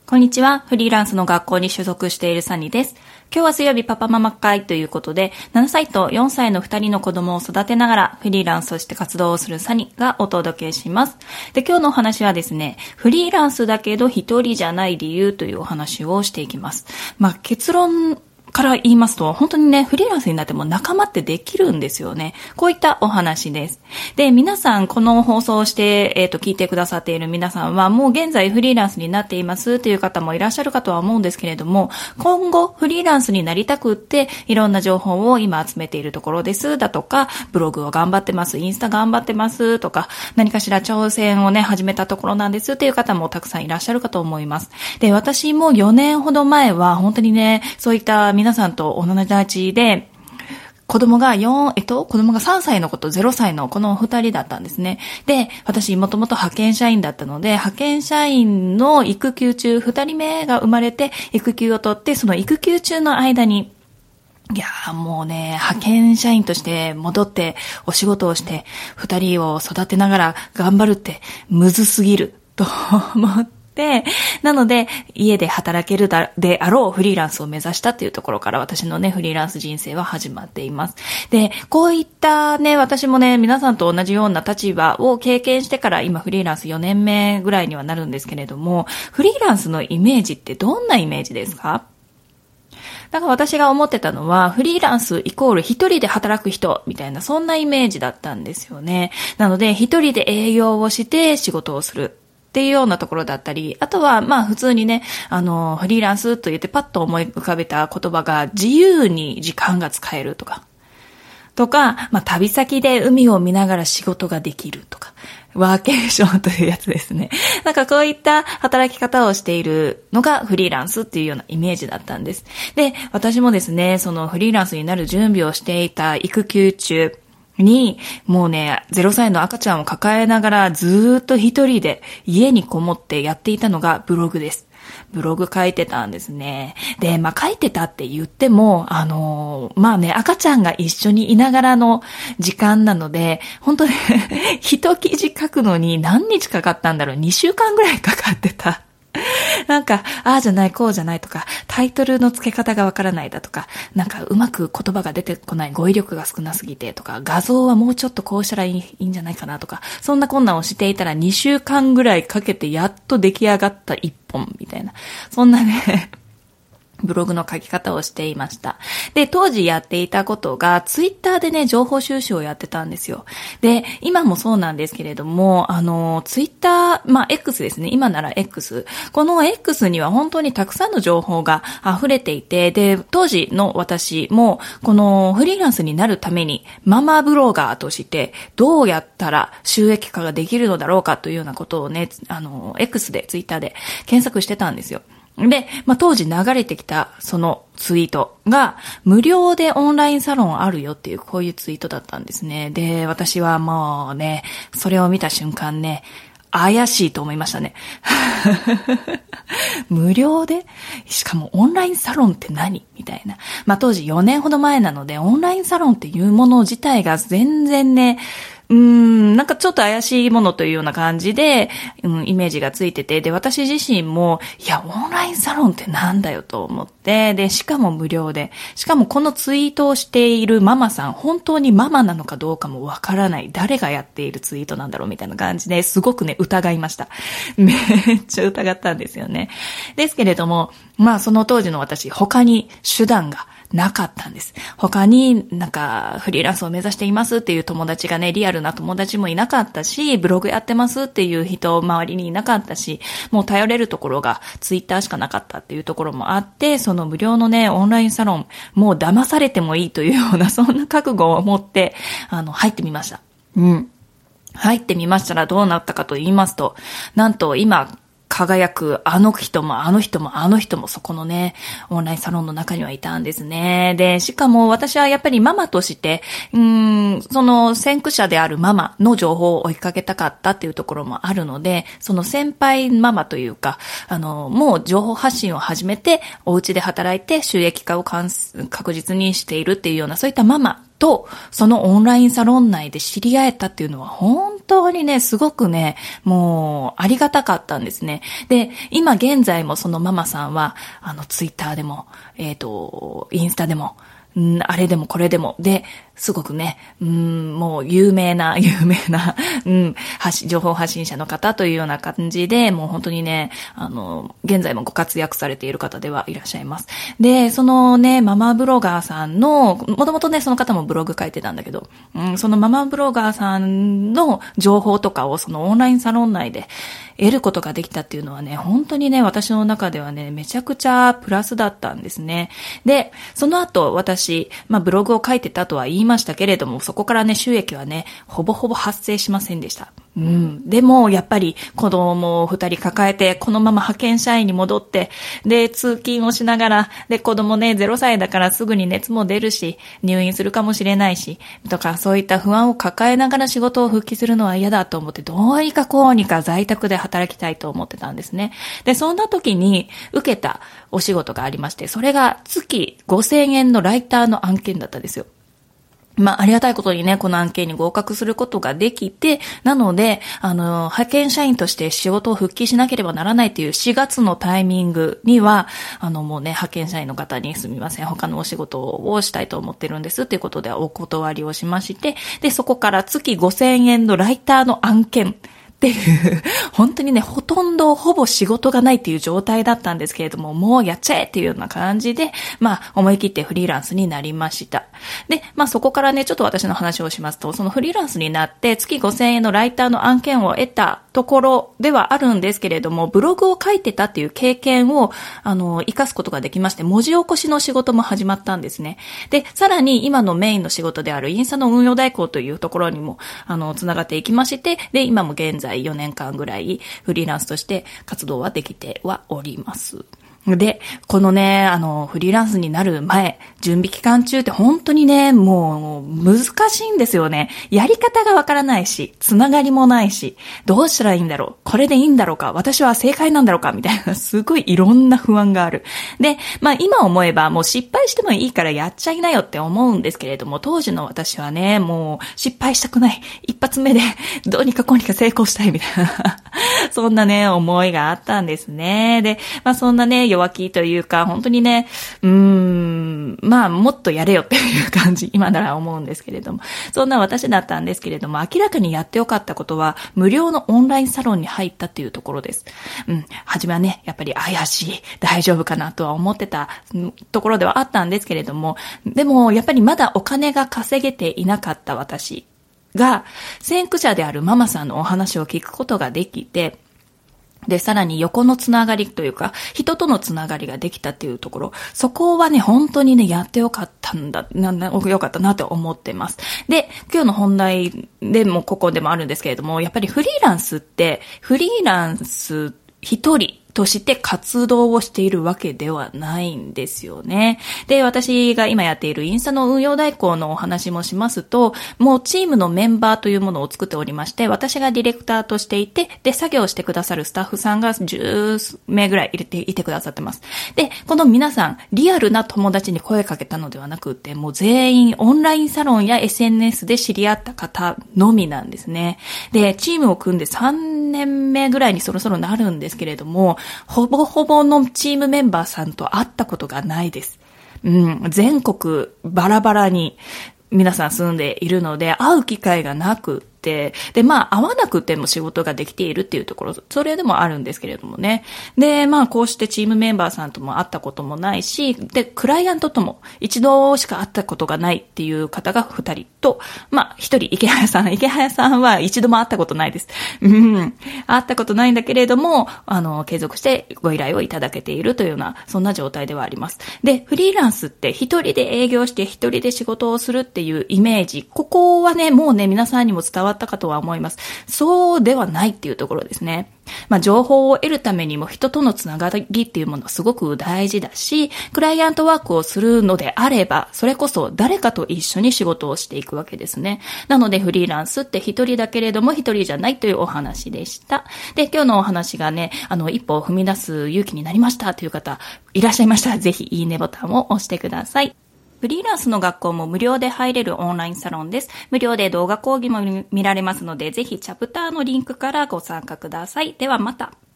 こんにちは。フリーランスの学校に所属しているサニです。今日は水曜日パパママ会ということで、7歳と4歳の2人の子供を育てながらフリーランスとして活動をするサニがお届けします。で、今日のお話はですね、フリーランスだけど一人じゃない理由というお話をしていきます。結論から言いますと、本当にね、フリーランスになっても仲間ってできるんですよね。こういったお話です。で、皆さん、この放送をして、聞いてくださっている皆さんは、もう現在フリーランスになっていますという方もいらっしゃるかとは思うんですけれども、今後、フリーランスになりたくって、いろんな情報を今集めているところです、だとか、ブログを頑張ってます、インスタ頑張ってます、とか、何かしら挑戦をね、始めたところなんですという方もたくさんいらっしゃるかと思います。で、私も4年ほど前は、本当にね、そういった皆さんとお友達で、子供が3歳の子と0歳のこの2人だったんですね。で、私もともと派遣社員だったので、派遣社員の育休中、2人目が生まれて育休を取って、その育休中の間に、もうね、派遣社員として戻ってお仕事をして、2人を育てながら頑張るってむずすぎると思って、なので、家で働けるであろうフリーランスを目指したっていうところから私のね、フリーランス人生は始まっています。で、こういったね、私もね、皆さんと同じような立場を経験してから今フリーランス4年目ぐらいにはなるんですけれども、フリーランスのイメージってどんなイメージですか？だから私が思ってたのは、フリーランスイコール一人で働く人みたいな、そんなイメージだったんですよね。なので、一人で営業をして仕事をするっていうようなところだったり、あとは普通にね、フリーランスと言ってパッと思い浮かべた言葉が自由に時間が使えるとか、旅先で海を見ながら仕事ができるとか、ワーケーションというやつですね。こういった働き方をしているのがフリーランスっていうようなイメージだったんです。で、私もですね、そのフリーランスになる準備をしていた育休中に、もうね、0歳の赤ちゃんを抱えながらずーっと一人で家にこもってやっていたのがブログです。ブログ書いてたんですね。で、書いてたって言っても、赤ちゃんが一緒にいながらの時間なので、本当に一記事書くのに何日かかったんだろう、2週間ぐらいかかってた。ああじゃない、こうじゃないとか、タイトルの付け方がわからないだとか、うまく言葉が出てこない、語彙力が少なすぎてとか、画像はもうちょっとこうしたらいいんじゃないかなとか、そんな困難をしていたら2週間ぐらいかけてやっと出来上がった一本みたいな。そんなね、ブログの書き方をしていました。で、当時やっていたことが、ツイッターでね、情報収集をやってたんですよ。で、今もそうなんですけれども、ツイッター、X ですね。今なら X。この X には本当にたくさんの情報が溢れていて、で、当時の私も、このフリーランスになるために、ママブロガーとして、どうやったら収益化ができるのだろうかというようなことをね、X で、ツイッターで検索してたんですよ。で、当時流れてきたそのツイートが無料でオンラインサロンあるよっていうこういうツイートだったんですね。で、私はもうね、それを見た瞬間ね、怪しいと思いましたね。無料で？しかもオンラインサロンって何？みたいな。当時4年ほど前なので、オンラインサロンっていうもの自体が全然ね、ちょっと怪しいものというような感じで、イメージがついてて、で、私自身も、オンラインサロンってなんだよと思って、で、しかも無料で、しかもこのツイートをしているママさん、本当にママなのかどうかもわからない、誰がやっているツイートなんだろうみたいな感じですごくね、疑いました。めっちゃ疑ったんですよね。ですけれども、その当時の私、他に手段がなかったんです。他にフリーランスを目指していますっていう友達がね、リアルな友達もいなかったし、ブログやってますっていう人周りにいなかったし、もう頼れるところがツイッターしかなかったっていうところもあって、その無料のね、オンラインサロン、もう騙されてもいいというような、そんな覚悟を持って、入ってみました。入ってみましたらどうなったかと言いますと、なんと今、輝くあの人もあの人もあの人もそこのね、オンラインサロンの中にはいたんですね。で、しかも私はやっぱりママとして、その先駆者であるママの情報を追いかけたかったっていうところもあるので、その先輩ママというか、もう情報発信を始めて、お家で働いて収益化を確実にしているっていうような、そういったママと、そのオンラインサロン内で知り合えたっていうのは本当にね、すごくね、もう、ありがたかったんですね。で、今現在もそのママさんは、ツイッターでも、インスタでも、あれでもこれでも、で、すごくね、もう有名な、情報発信者の方というような感じで、もう本当にね、現在もご活躍されている方ではいらっしゃいます。で、そのね、ママブロガーさんの、もともとね、その方もブログ書いてたんだけど、そのママブロガーさんの情報とかをそのオンラインサロン内で得ることができたっていうのはね、本当にね、私の中ではね、めちゃくちゃプラスだったんですね。で、その後私、ブログを書いてたとは言いましたけれども、そこからね、収益はね、ほぼほぼ発生しませんでした。でも、やっぱり子供を2人抱えて、このまま派遣社員に戻って、で、通勤をしながら、で、子供ね、0歳だからすぐに熱も出るし、入院するかもしれないし、とか、そういった不安を抱えながら仕事を復帰するのは嫌だと思って、どうにかこうにか在宅で働きたいと思ってたんですね。で、そんな時に受けたお仕事がありまして、それが月5000円のライターの案件だったんですよ。ありがたいことにね、この案件に合格することができて、なので、派遣社員として仕事を復帰しなければならないという4月のタイミングには、もうね、派遣社員の方にすみません、他のお仕事をしたいと思ってるんですということでお断りをしまして、で、そこから月5000円のライターの案件、っていう、本当にね、ほぼ仕事がないっていう状態だったんですけれども、もうやっちゃえっていうような感じで、思い切ってフリーランスになりました。で、そこからね、ちょっと私の話をしますと、そのフリーランスになって月5000円のライターの案件を得たところではあるんですけれども、ブログを書いてたっていう経験を、活かすことができまして、文字起こしの仕事も始まったんですね。で、さらに今のメインの仕事であるインスタの運用代行というところにも、つながっていきまして、で、今も現在4年間ぐらいフリーランスとして活動はできてはおります。で、このね、フリーランスになる前、準備期間中って本当にね、もう難しいんですよね。やり方がわからないし、つながりもないし、どうしたらいいんだろう、これでいいんだろうか、私は正解なんだろうか、みたいな、すごいいろんな不安がある。で、今思えばもう失敗してもいいからやっちゃいなよって思うんですけれども、当時の私はね、もう失敗したくない。一発目でどうにかこうにか成功したいみたいな、そんなね、思いがあったんですね。で、そんなね、弱気というか、本当にね、もっとやれよっていう感じ、今なら思うんですけれども、そんな私だったんですけれども、明らかにやってよかったことは、無料のオンラインサロンに入ったっていうところです。初めはね、やっぱり怪しい、大丈夫かなとは思ってたところではあったんですけれども、でも、やっぱりまだお金が稼げていなかった私が、先駆者であるママさんのお話を聞くことができて、で、さらに横のつながりというか、人とのつながりができたっていうところ、そこはね、本当にね、やってよかったよかったなと思ってます。で、今日の本題でもここでもあるんですけれども、やっぱりフリーランスって、フリーランス一人として活動をしているわけではないんですよね。で、私が今やっているインスタの運用代行のお話もしますと、もうチームのメンバーというものを作っておりまして、私がディレクターとしていて、で、作業してくださるスタッフさんが10名ぐらいいてくださってます。で、この皆さん、リアルな友達に声かけたのではなくって、もう全員オンラインサロンや SNS で知り合った方のみなんですね。で、チームを組んで3年目ぐらいにそろそろなるんですけれども、ほぼほぼのチームメンバーさんと会ったことがないです。全国バラバラに皆さん住んでいるので、会う機会がなくで、会わなくても仕事ができているっていうところ、それでもあるんですけれどもね。で、こうしてチームメンバーさんとも会ったこともないし、で、クライアントとも一度しか会ったことがないっていう方が2人と、1人、池早さんは一度も会ったことないです。会ったことないんだけれども、継続してご依頼をいただけているというような、そんな状態ではあります。で、フリーランスって一人で営業して一人で仕事をするっていうイメージ、ここはね、もうね、皆さんにも伝わったかとは思います。そうではないっていうところですね。情報を得るためにも人とのつながりっていうものはすごく大事だし、クライアントワークをするのであれば、それこそ誰かと一緒に仕事をしていくわけですね。なのでフリーランスって一人だけれども一人じゃないというお話でした。で、今日のお話がね、一歩を踏み出す勇気になりましたという方いらっしゃいましたら、ぜひいいねボタンを押してください。 フリーランスの学校も無料で入れるオンラインサロンです。無料で動画講義も見られますので、ぜひチャプターのリンクからご参加ください。ではまた。